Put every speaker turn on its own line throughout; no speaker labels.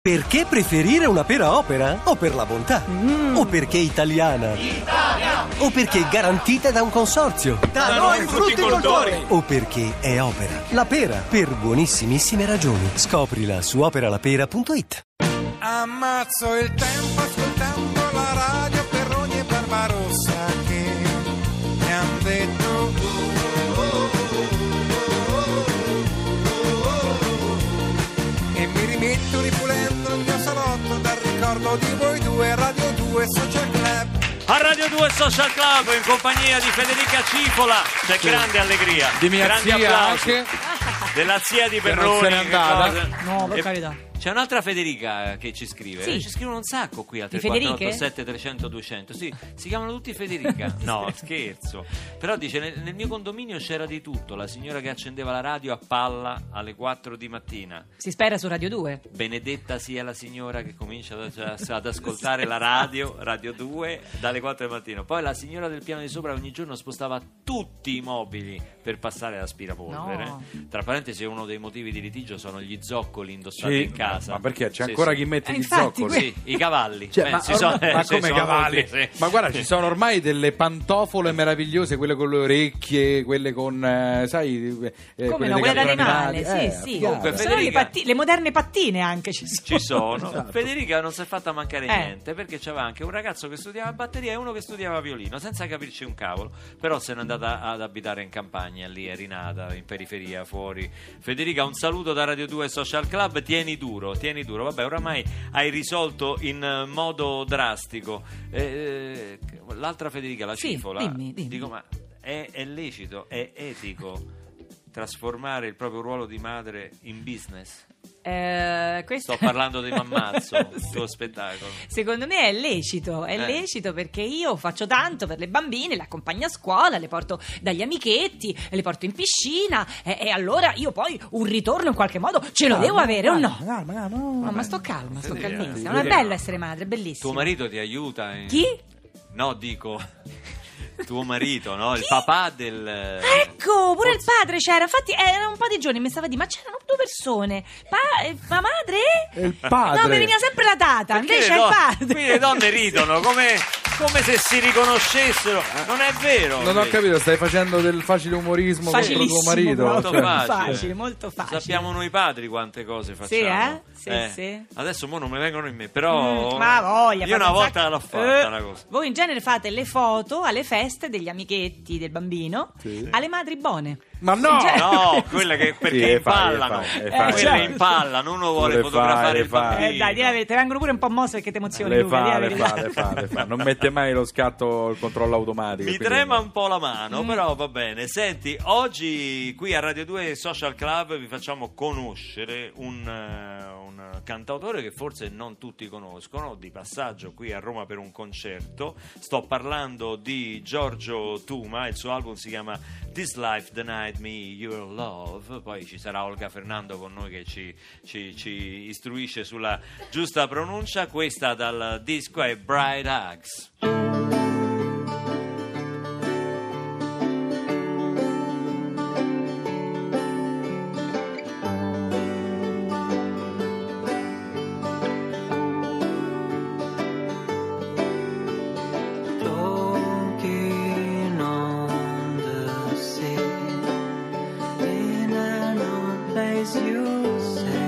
Perché preferire una pera Opera? O per la bontà? O perché italiana?
Italia!
O perché garantita da un consorzio?
Da noi frutticoltori!
O perché è Opera? La pera, per buonissimissime ragioni. Scoprila su operalapera.it.
Ammazzo il tempo ascoltando la radio per ogni Barbarossa che mi han detto e mi rimetto ripulendo il mio salotto dal ricordo di voi due. Radio 2 Social Club.
A Radio 2 Social Club in compagnia di Federica Cipola c'è grande allegria,
di mia
grandi
zia
applausi.
anche,
della zia di
che non
Perroni
se n'è andata.
No, per
E
carità.
c'è un'altra Federica che ci scrive.
Sì.
Ci scrivono un sacco qui al
Di
3487 300 200. Sì, si chiamano tutti Federica. No, scherzo. Però dice nel mio condominio c'era di tutto. La signora che accendeva la radio a palla alle 4 di mattina.
Si spera su Radio 2.
Benedetta sia la signora che comincia ad ascoltare la radio 2 dalle 4 del mattino. Poi la signora del piano di sopra ogni giorno spostava tutti i mobili per passare l'aspirapolvere.
No.
Tra parentesi, uno dei motivi di litigio sono gli zoccoli indossati in casa.
Ma perché c'è
Sì,
ancora
sì.
chi mette gli
infatti,
zoccoli?
Sì, i cavalli.
Cioè,
Beh,
ma
ci sono-
ma
ci
come
sono
cavalli?
tutti, sì.
Ma guarda, ci sono ormai delle pantofole meravigliose, quelle con le orecchie, quelle con, sai,
Come
quelle
no,
dei
quelle
cartoni
d'animale,
animati.
sì, sì.
Comunque,
Ci sono
Federica-
le moderne pattine anche ci sono.
Ci sono.
Esatto.
Federica non si è fatta mancare
Eh.
niente perché c'aveva anche un ragazzo che studiava batteria e uno che studiava violino, senza capirci un cavolo. Però se n'è andata ad abitare in campagna, lì è rinata, in periferia, fuori. Federica, un saluto da Radio 2 Social Club. Tieni duro, tieni duro. Vabbè, oramai hai risolto in modo drastico. L'altra Federica, la
Sì,
Cipola,
dimmi.
dico, ma è lecito, è etico trasformare il proprio ruolo di madre in business?
Questo
Sto parlando di Mammazzo, il tuo spettacolo.
secondo me è lecito, lecito perché io faccio tanto per le bambine, le accompagno a scuola, le porto dagli amichetti, le porto in piscina e allora io poi un ritorno in qualche modo ce lo devo avere o no? No, ma sto calma, sto
Federica,
calmissima. Non è bello essere madre, è bellissimo.
Tuo marito ti aiuta?
Chi?
No, dico tuo marito, no? Il papà del...
Ecco, pure il padre c'era. Infatti era un po' di giorni mi stava di ma c'erano due persone. Ma madre?
E il padre?
No, mi veniva sempre la tata,
Perché
invece
le
è il
don-
padre.
Qui le donne ridono come se si riconoscessero. Non è vero.
Non ho capito, stai facendo del facile umorismo contro tuo
Facilissimo,
marito?
Molto
proprio.
facile.
Facile, molto facile.
Sappiamo noi padri quante cose facciamo.
Sì.
Adesso mo non me vengono in me, però
Ma voglia,
io
fate
una
un
volta
sacco-
l'ho fatta una cosa.
Voi in genere fate le foto alle feste degli amichetti del bambino alle madri buone.
Ma no!
No, quelle che perché
Sì,
impallano.
fai.
Quelle impallano, uno vuole
Le
fotografare
fai,
il bambino.
Dai, di la verità, vengono pure un po' mosse perché ti emozioni,
Le
Luca, di la
fa,
verità.
le fa. Non mette mai lo scatto, il controllo automatico.
Mi
quindi-
trema un po' la mano, però va bene. Senti, oggi qui a Radio 2 Social Club vi facciamo conoscere un cantautore che forse non tutti conoscono, di passaggio qui a Roma per un concerto. Sto parlando di Giorgio Tuma, il suo album si chiama This Life Denied Me Your Love. Poi ci sarà Olga Fernando con noi che ci istruisce sulla giusta pronuncia. Questa dal disco è Bright Hugs.
Floating on the sea, in an old place you say.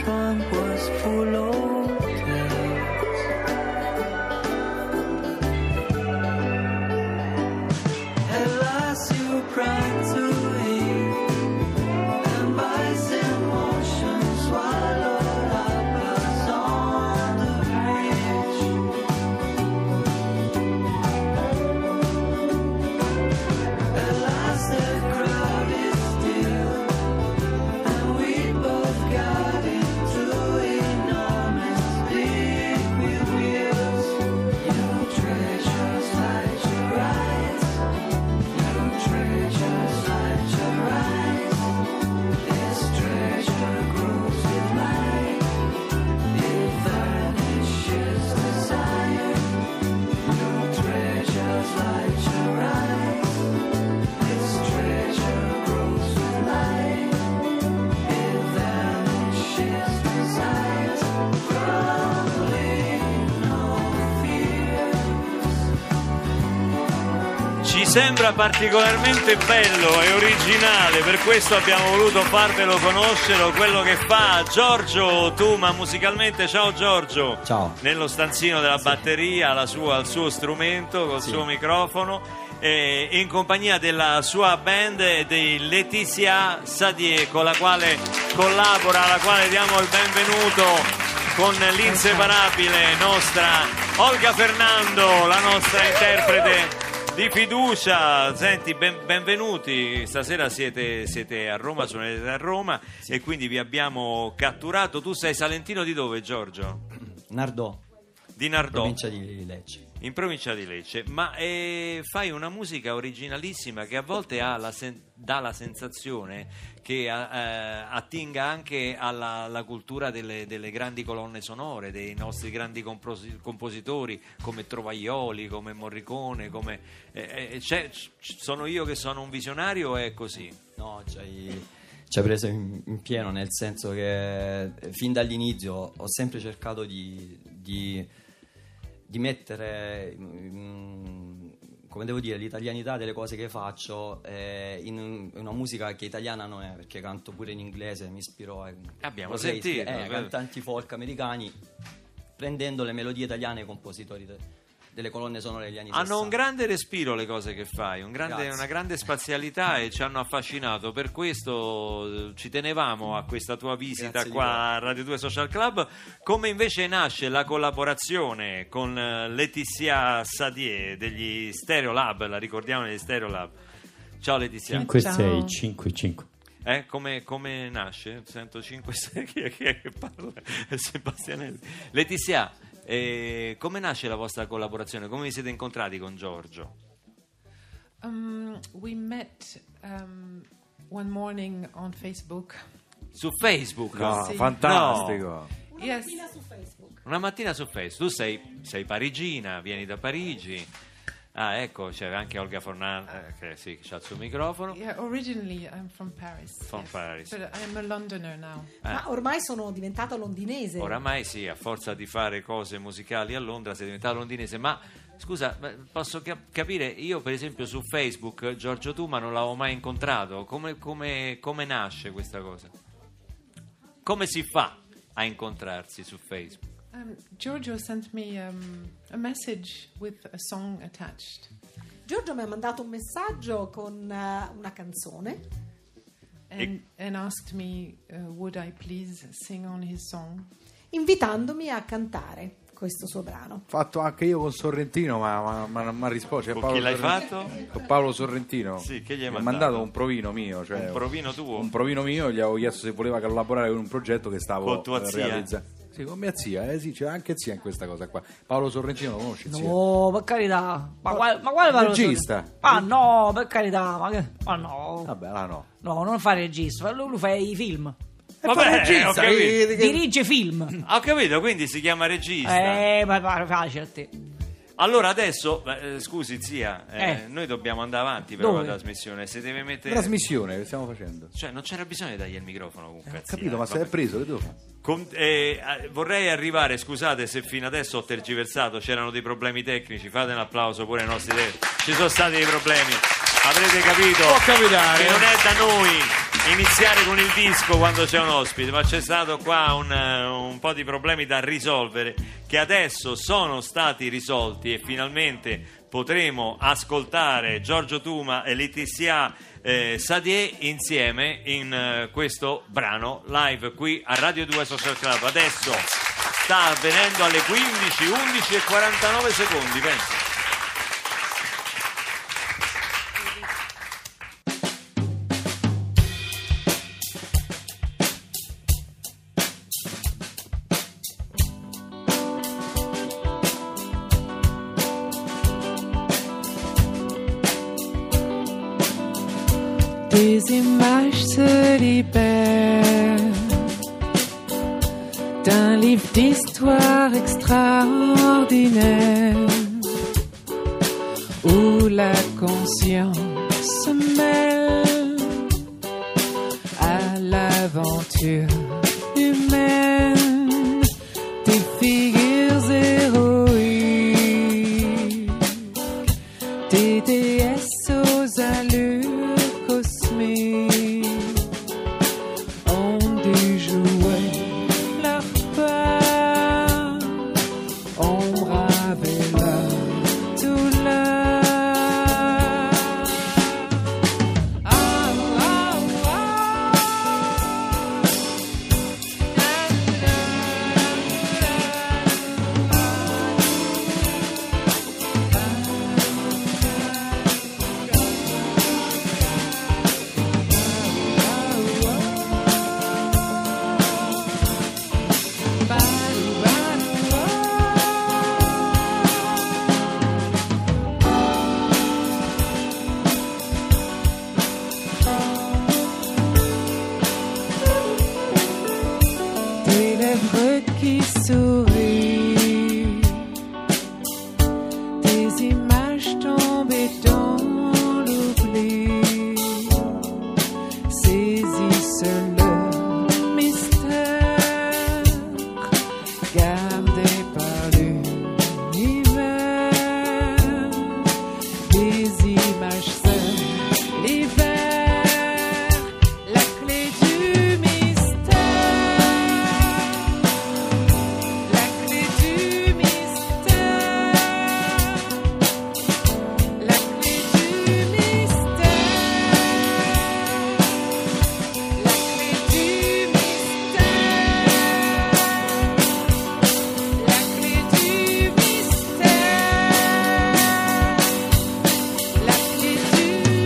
trunk was full of tales. At last you cried to him, and by emotion swallowed up us on the bridge. At last the crowd is still, and we both got into enormous big wheels. Your treasures light your eyes. Your treasures light your eyes. This treasure grows with light. It vanishes desire. Your treasures light your eyes. This treasure grows with light. It vanishes desire. Crumbling no fears.
Ci sembra particolarmente bello e originale, per questo abbiamo voluto farvelo conoscere, quello che fa Giorgio Tuma musicalmente. Ciao Giorgio.
Ciao.
Nello stanzino della batteria, al suo strumento, col suo microfono, in compagnia della sua band e di Laetitia Sadier, con la quale collabora, alla quale diamo il benvenuto con l'inseparabile nostra Olga Fernando, la nostra interprete di fiducia. Senti, benvenuti. Stasera siete a Roma, suonate a Roma, e quindi vi abbiamo catturato. Tu sei salentino di dove, Giorgio?
Nardò,
Di Nardò,
provincia di Lecce.
in provincia di Lecce. Ma fai una musica originalissima che a volte dà la sensazione che attinga anche alla cultura delle grandi colonne sonore, dei nostri grandi compositori come Trovaioli, come Morricone, come sono io che sono un visionario o è così?
No, ci hai preso in pieno, nel senso che fin dall'inizio ho sempre cercato di mettere, come devo dire, l'italianità delle cose che faccio in una musica che italiana non è, perché canto pure in inglese, mi ispiro
Abbiamo sentito
cantanti folk americani, prendendo le melodie italiane e i compositori delle colonne sonore degli anni 60.
Hanno un grande respiro le cose che fai,
Grazie.
una grande spazialità, e ci hanno affascinato. Per questo ci tenevamo a questa tua visita
Grazie
qua
di cuore.
a Radio 2 Social Club. Come invece nasce la collaborazione con Laetitia Sadier degli Stereolab? La ricordiamo degli Stereolab. Ciao Laetitia.
5-6, 5-5.
Come nasce? Sento 5-6, chi è che parla? È Sebastianelli. Laetitia, come nasce la vostra collaborazione? Come vi siete incontrati con Giorgio?
We met one morning on Facebook.
Su Facebook?
No,
Sì.
fantastico.
Yes.
Una mattina su Facebook. Tu sei parigina, vieni da Parigi. Ah, ecco, c'è anche Olga Fernando che sì, che ha il suo microfono.
Yeah, originally I'm from Paris.
From
yes.
Paris.
But I'm a Londoner now.
Ma ormai sono diventata londinese.
Oramai sì, a forza di fare cose musicali a Londra sei diventato londinese. Ma scusa, posso capire, io per esempio su Facebook Giorgio Tuma non l'avevo mai incontrato. Come nasce questa cosa? Come si fa a incontrarsi su Facebook?
Giorgio sent me a message with a song attached.
Giorgio mi ha mandato un messaggio con una canzone
And asked me would I please sing on his song.
invitandomi a cantare questo suo brano.
Fatto anche io con Sorrentino, ma non mi ha risposto.
Con chi l'hai fatto?
Con Paolo Sorrentino.
Sì, che gli hai
Mi ha
mandato?
mandato un provino mio, cioè
Un provino tuo?
Un provino mio, gli avevo chiesto se voleva collaborare con un progetto che stavo
Con tua zia?
realizzando. Sì, con mia zia, sì, c'è anche zia in questa cosa qua. Paolo Sorrentino lo conosci, zia?
No, per carità. Ma quale valore?
Regista.
Ah no, per carità, ma no.
Vabbè, là no.
No, non fa regista, lui fa i film.
Vabbè,
regista,
ho capito.
Dirige film.
Ho capito, quindi si chiama regista.
Ma pare facile a te.
Allora adesso, scusi zia, noi dobbiamo andare avanti per
Dove?
la trasmissione. Se deve mettere...
Trasmissione che stiamo facendo.
Cioè non c'era bisogno di dargli il microfono comunque.
Ho capito, ma se è preso, che devo fare?
Vorrei arrivare, scusate se fino adesso ho tergiversato, c'erano dei problemi tecnici, fate un applauso pure ai nostri ci sono stati dei problemi. avrete capito
Può capitare.
che non è da noi iniziare con il disco quando c'è un ospite, ma c'è stato qua un po' di problemi da risolvere che adesso sono stati risolti e finalmente potremo ascoltare Giorgio Tuma e Laetitia Sadier insieme in questo brano live qui a Radio 2 Social Club. Adesso sta avvenendo alle 15, 11 e 49 secondi, penso.
Des images se libèrent d'un livre d'histoire extraordinaire où la conscience se mêle à l'aventure humaine des figures héroïques, des déesses aux allures ont dû jouer leur part, ont bravé leur douleur. Ah, ah, ah. Des lèvres qui sourient, des images tombées dans l'oubli, saisissent le mystère gardé par l'univers. Des images seules, l'hiver, la clé du mystère. La clé du mystère. La clé du mystère. La clé du mystère. La clé du mystère. La clé du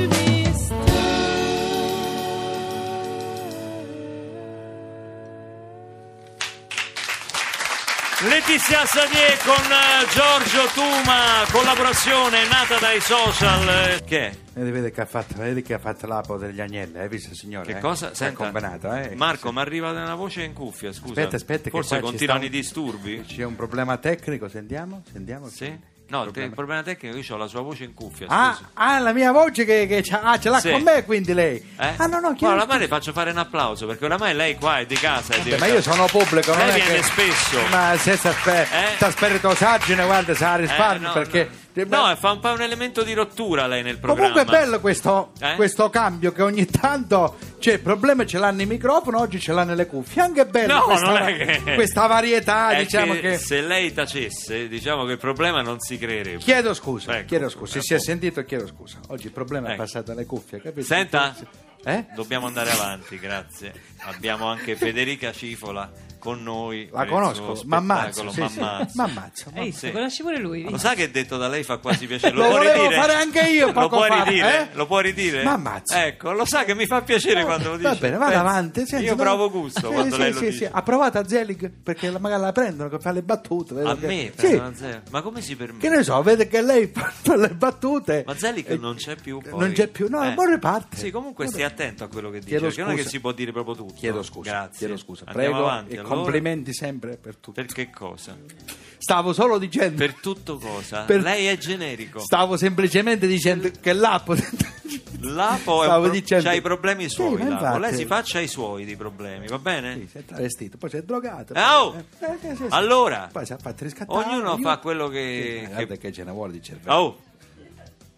Laetitia Sadier con Giorgio Tuma, collaborazione nata dai social. Che è?
Vedi che ha fatto l'apo degli agnelli, hai visto signore?
Che cosa?
Si è
Senta,
combinato,
Marco, mi arriva una voce in cuffia, scusa.
Aspetta,
forse
che qua
continuano
ci
i disturbi?
C'è un problema tecnico, sentiamo.
Sì? No, il problema tecnico, io ho la sua voce in cuffia,
Ah,
scusi.
la mia voce che ce l'ha
Sì.
con me, quindi lei.
Eh?
Ah, no,
Ma oramai le faccio fare un applauso perché oramai lei qua è di casa.
ma io sono pubblico, non
lei
è
viene
che...
spesso.
Ma senza spiritosaggine, guarda, se la risparmio
no,
perché...
No, fa un po' un elemento di rottura lei nel programma.
Comunque è bello questo
cambio
che ogni tanto c'è il problema, ce l'ha nei microfono, oggi ce l'ha nelle cuffie. Anche è bello
No, non è che...
questa varietà,
è
diciamo che...
se lei tacesse, diciamo che il problema non si creerebbe.
Chiedo scusa,
Ecco,
se si è sentito chiedo scusa. Oggi il problema è passato alle cuffie, capito?
Senta, dobbiamo andare avanti, grazie. Abbiamo anche Federica Cifola con noi.
La conosco, ma ammazzo,
M'ammazzo. Conosci pure lui.
Lo sa che detto da lei fa quasi piacere?
Lo volevo fare anche io
Lo
poco
puoi
fa,
ridire? Lo puoi ridire?
M'ammazzo.
Ecco, lo sa che mi fa piacere quando lo dice.
Va bene, vada avanti. Senti,
io provo gusto quando lei lo dice.
Ha provato a Zelig perché magari la prendono che fa le battute.
A me prendono Zelig? Ma come si permette?
Che ne so, vede che lei fa le battute.
Ma Zelig non c'è più poi.
Non c'è più, no, è un buon reparto.
Sì, comunque stia attento a quello che dice,
Chiedo
perché non è che
scusa.
si può dire proprio tutto.
Chiedo scusa.
Grazie.
Chiedo scusa.
Andiamo
Prego
avanti,
e
allora.
complimenti sempre per tutto.
Per che cosa?
Stavo solo dicendo.
Per tutto cosa?
Per-
Lei è generico.
Stavo semplicemente dicendo che l'apo.
Lapo
Stavo dicendo-
c'ha i problemi suoi.
Sì, ma
Lapo.
infatti-
Lei si faccia i suoi di problemi, va bene?
Sì, si è travestito, poi si è drogato.
Oh!
Sì.
Allora,
Poi si è fatto riscattare.
ognuno fa quello che...
Guarda che ce ne vuole di cervello.
Oh!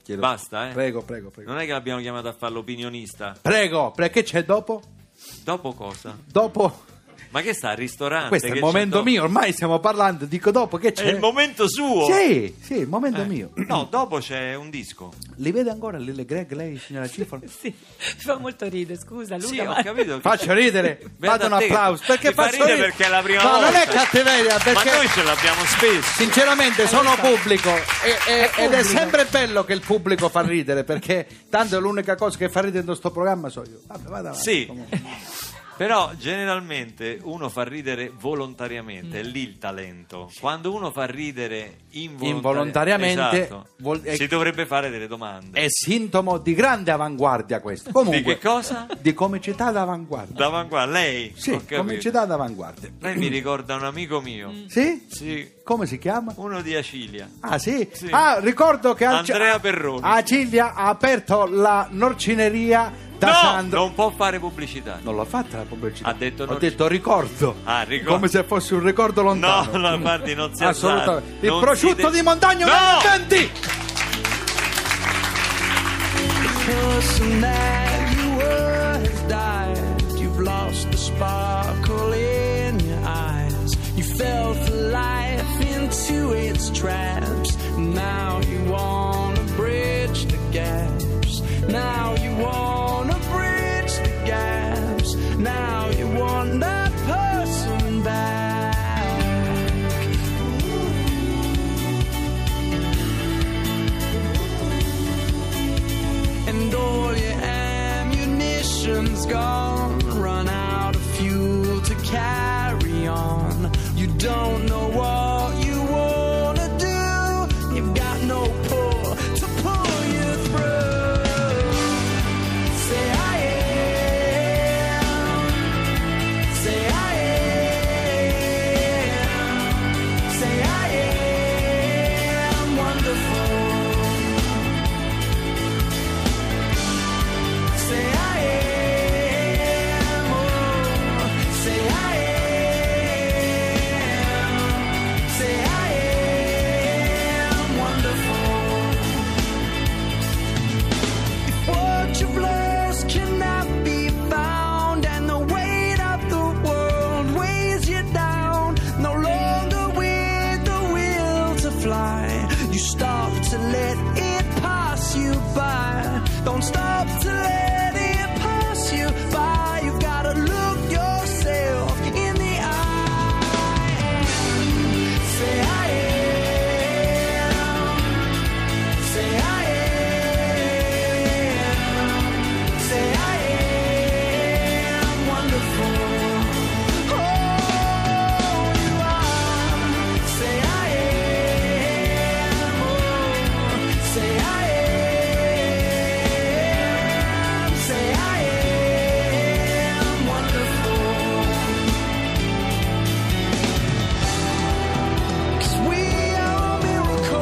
Chiedo.
Basta,
Prego.
Non è che l'abbiamo chiamato a fare l'opinionista.
Prego, perché c'è dopo?
Dopo cosa?
Dopo...
Ma che sta al ristorante?
Questo è il
Che
momento
c'è
mio, ormai stiamo parlando, dico dopo che c'è.
È il momento suo?
Sì, il momento mio.
No, dopo c'è un disco.
Li vede ancora Lille Greg, lei, signora Cifra?
Sì, mi fa molto ridere, scusa Luca.
Sì, ho capito.
Faccio ridere, fate un applauso. Perché
ti fa
faccio
ridere perché è la prima
no,
volta.
Non è cattiveria, perché
Ma noi ce l'abbiamo spesso.
sinceramente sono pubblico ed è sempre bello che il pubblico fa ridere, perché tanto l'unica cosa che fa ridere in questo programma so io. Vabbè, vada avanti.
Sì. Però generalmente uno fa ridere volontariamente, è lì il talento. Quando uno fa ridere
involontariamente,
esatto, si dovrebbe fare delle domande.
È sintomo di grande avanguardia questo. Comunque,
di che cosa?
Di comicità d'avanguardia.
D'avanguardia, lei?
Sì, comicità d'avanguardia.
Lei mi ricorda un amico mio.
Sì?
Sì.
Come si chiama?
Uno di Acilia.
Ah sì?
Sì.
Ah, ricordo che
Andrea Perroni.
Acilia ha aperto la norcineria da Sandro.
Non può fare pubblicità.
Non l'ho fatta la pubblicità.
Ha detto
Ho detto ricordo.
Ah, ricordo.
Come se fosse un ricordo lontano.
No, guardi, non si
assolutamente. Il
non
prosciutto di montagna,
no!
attenti!
person that you were has died. You've lost the sparkle in your eyes. You fell for life into its traps. Now you wanna bridge the gaps. Now you wanna bridge the gaps. Now you want that person back. And all your ammunition's gone, run out of fuel to carry on. You don't know what you wanna do. You've got no pull to pull you through. Say I am. Say I am. Say I am wonderful. Say I am, oh, say I am, say I am wonderful. If what you've lost cannot be found, and the weight of the world weighs you down, no longer with the will to fly, you stop to let it pass you by. Don't stop to let it pass you by. You've gotta look yourself in the eye. Say I am. Say I am. Say I am wonderful. Oh, you are. Say I am. Oh, say I am. Say I am wonderful. 'Cause we are miracles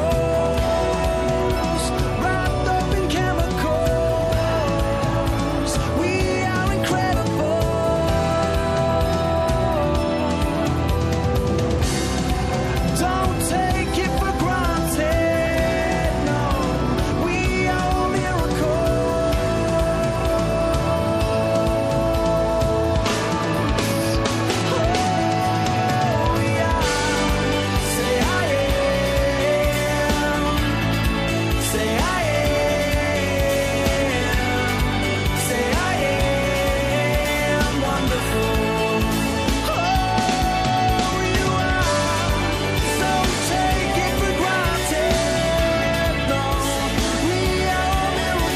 wrapped up in chemicals. We are incredible. Don't take it for granted. No, we are miracles. Oh, yeah. Say I am. Say I am. Say I am wonderful. Oh, you are. Don't take it for granted. No, we are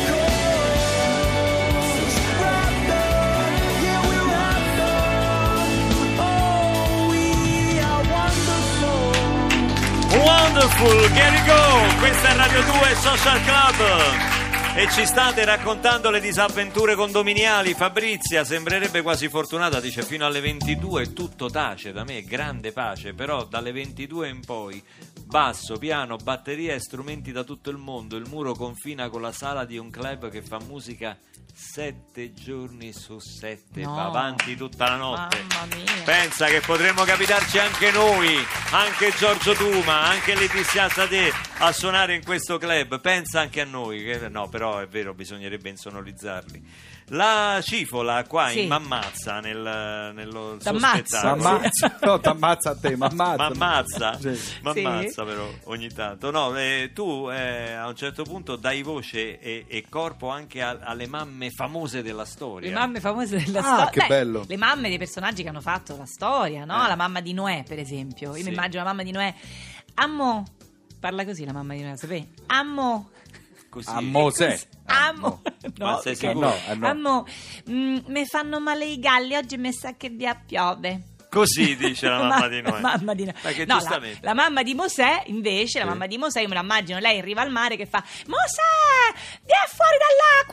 miracles. Wrapped up, yeah, we're wrapped up. Oh, we are wonderful.
Wonderful, Gary Go, questa è Radio 2 Social Club e ci state raccontando le disavventure condominiali. Fabrizia sembrerebbe quasi fortunata, dice fino alle 22 tutto tace, da me è grande pace, però dalle 22 in poi basso, piano, batteria e strumenti da tutto il mondo, il muro confina con la sala di un club che fa musica 7 giorni su 7,
No.
va avanti tutta la notte.
Mamma mia.
Pensa che potremmo capitarci anche noi, anche Giorgio Duma, anche Letizia Sadeh a suonare in questo club. Pensa anche a noi, no, però è vero, bisognerebbe insonorizzarli. La Cifola qua
Sì.
in Mammazza nello suo
T'ammazza.
spettacolo.
M'ammazza. No, t'ammazza a te, m'ammazza.
M'ammazza,
Sì.
m'ammazza però ogni tanto. No, tu a un certo punto dai voce e corpo anche alle mamme famose della storia.
Le mamme famose della
Ah,
storia.
che bello.
Le mamme dei personaggi che hanno fatto la storia, no? La mamma di Noè, per esempio. Io
Sì.
mi immagino la mamma di Noè. Ammo. Parla così la mamma di Noè, sapevi? Ammo.
Così.
A Mosè.
Ammo.
Ma sei
perché-
sicuro?
No.
Ammo. Mi fanno male i galli, oggi mi sa che via piove.
Così dice la mamma di Noè.
Mamma di Noè.
Ma che
No,
giustamente.
la mamma di Mosè, invece, la mamma di Mosè, io me la immagino, lei in riva al mare che fa: Mosè, vieni fuori dall'acqua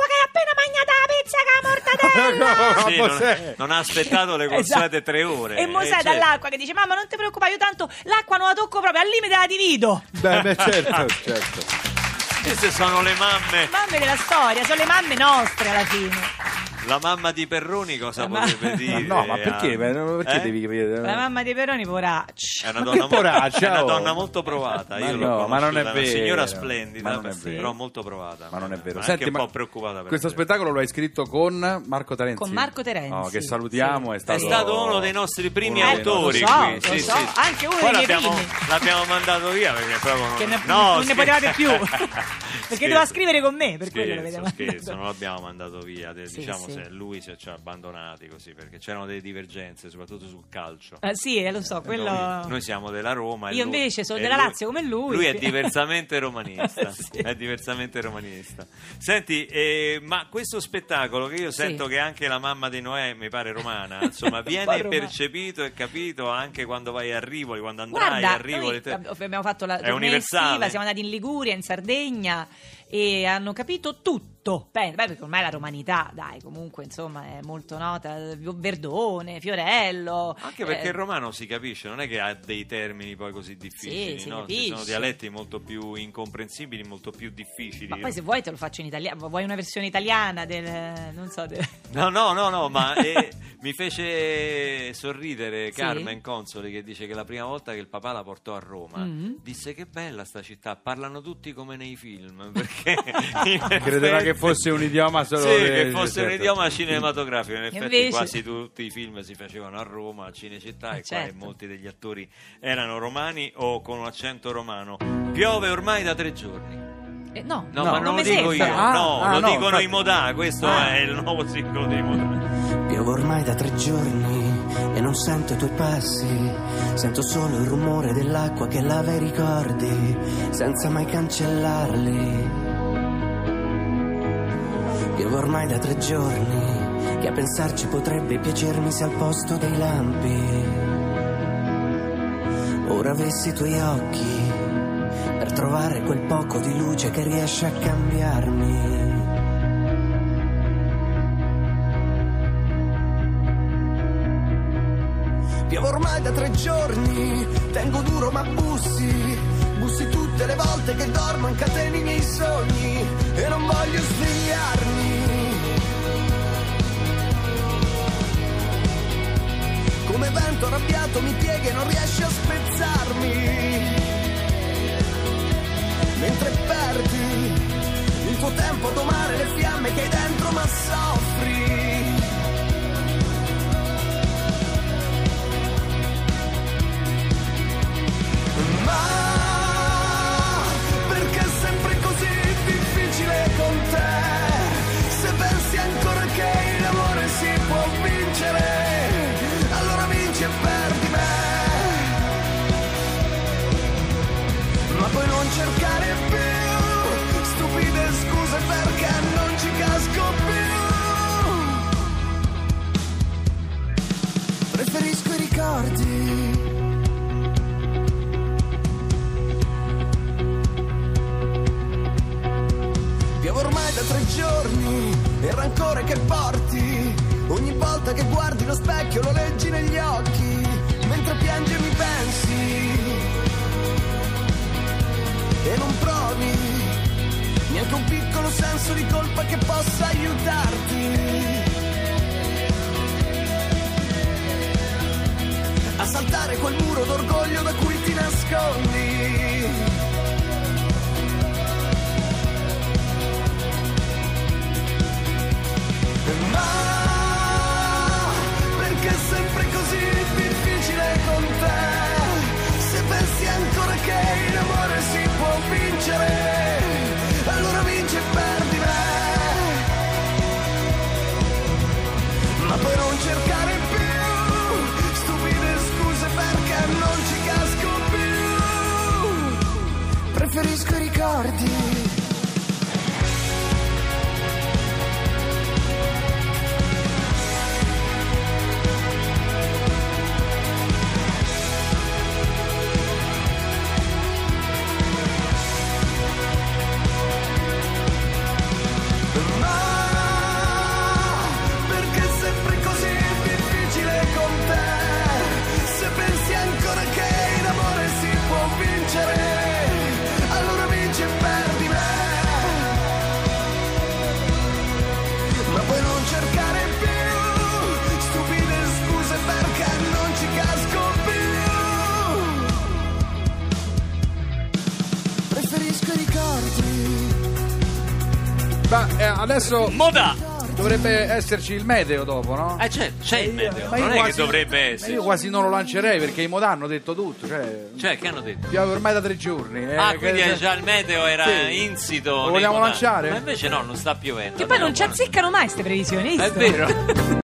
che hai appena mangiato la pizza con la mortadella.
Sì,
Mosè.
non ha aspettato le consuete 3 ore.
E Mosè
cioè,
dall'acqua che dice: mamma, non ti preoccupare, io tanto l'acqua non la tocco proprio, al limite la divido.
Beh, certo.
Queste sono le mamme.
Mamme della storia, sono le mamme nostre alla fine.
La mamma di Perroni cosa
La
potrebbe dire?
No, ma perché? Perché devi capire?
La mamma di Peroni, poraccia.
È una
Ma
donna,
che poraccia,
è una
oh.
donna molto provata.
Ma
Io
no,
l'ho
ma non è
conosciuta,
vero.
una signora splendida,
Ma non è vero.
però molto provata.
Ma non è vero.
Anche
Senti,
un
ma
po' preoccupata per
questo
me.
spettacolo lo hai scritto con Marco Terenzi.
Con Marco Terenzi.
Oh, che salutiamo.
Sì.
È stato
uno dei nostri primi
uno dei
autori
lo so,
qui.
lo
Sì,
so,
sì.
anche uno
Poi
dei miei
l'abbiamo,
primi.
l'abbiamo mandato via perché proprio
Che ne,
no,
non ne potevate più. Perché doveva scrivere con me, per quello
Scherzo,
l'avete
scherzo,
mandato.
non l'abbiamo mandato via,
Sì,
diciamo
sì.
se lui ci ha abbandonati così perché c'erano delle divergenze soprattutto sul calcio.
Sì, lo so, quello.
Noi siamo della Roma. e
Io
lui-
invece sono
e
della
lui-
Lazio come lui.
Lui è diversamente romanista.
Sì.
È diversamente romanista. Senti, ma questo spettacolo che io sento che anche la mamma di Noè mi pare romana, insomma, viene
romana.
percepito e capito anche quando vai a Rivoli, quando andrai
Guarda,
a Rivoli.
noi abbiamo fatto la
È
tournée
universale.
estiva, siamo andati in Liguria, in Sardegna e hanno capito tutto. Beh, perché ormai la romanità, dai, comunque, insomma, è molto nota. Verdone, Fiorello.
Anche perché il romano si capisce, non è che ha dei termini poi così difficili,
si
no?
capisce.
Ci sono dialetti molto più incomprensibili, molto più difficili.
Ma poi se vuoi te lo faccio in italiano. Vuoi una versione italiana del. Non so.
No, ma mi fece sorridere
Sì?
Carmen Consoli che dice che la prima volta che il papà la portò a Roma disse che bella sta città, parlano tutti come nei film, perché
Credeva che fosse un idioma solo
sì, che fosse
certo.
un idioma cinematografico. In effetti
invece-
quasi tutti i film si facevano a Roma, a Cinecittà, e qua
certo.
molti degli attori erano romani o con un accento romano. Piove ormai da 3 giorni.
No,
No, ma non lo
mi
dico io,
sembra.
lo
no,
dicono
infatti.
i Modà, questo è il nuovo singolo dei Modà.
Piove ormai da 3 giorni e non sento i tuoi passi. Sento solo il rumore dell'acqua che lava i ricordi senza mai cancellarli. Piove ormai da 3 giorni che a pensarci potrebbe piacermi se al posto dei lampi ora avessi i tuoi occhi per trovare quel poco di luce che riesce a cambiarmi. Piove ormai da 3 giorni, tengo duro ma bussi tutte le volte che dormo, incateni i miei sogni e non voglio svegliarmi. Come vento arrabbiato mi pieghi e non riesci a spezzarmi. Mentre perdi il tuo tempo a domare le fiamme che hai dentro ma soffri. Ma perché è sempre così difficile con te? Se pensi ancora che l'amore si può vincere, allora vinci e perdi me. Ma poi non cercare più stupide scuse perché non ci casco più. Preferisco i ricordi. Piove ormai da 3 giorni e il rancore che porti ogni volta che guardi lo specchio lo leggi negli occhi mentre piangi e mi pensi e non provi neanche un piccolo senso senso di colpa che possa aiutarti a saltare quel muro d'orgoglio da cui ti nascondi. Ma perché è sempre così difficile con te? Se pensi ancora che in amore si può vincere, allora vinci e perdi me. Ma poi non cercare più stupide scuse perché non ci casco più. Preferisco i ricordi.
Adesso
moda
dovrebbe esserci il meteo dopo, no?
C'è il meteo, non è che dovrebbe essere.
Io quasi non lo lancerei perché i Modà hanno detto tutto.
Cioè, che hanno detto?
Piove ormai da 3 giorni.
Quindi già il meteo era insito.
Lo vogliamo lanciare?
Ma invece no, non sta piovendo.
Che poi non ci azzeccano mai queste previsioni.
È vero.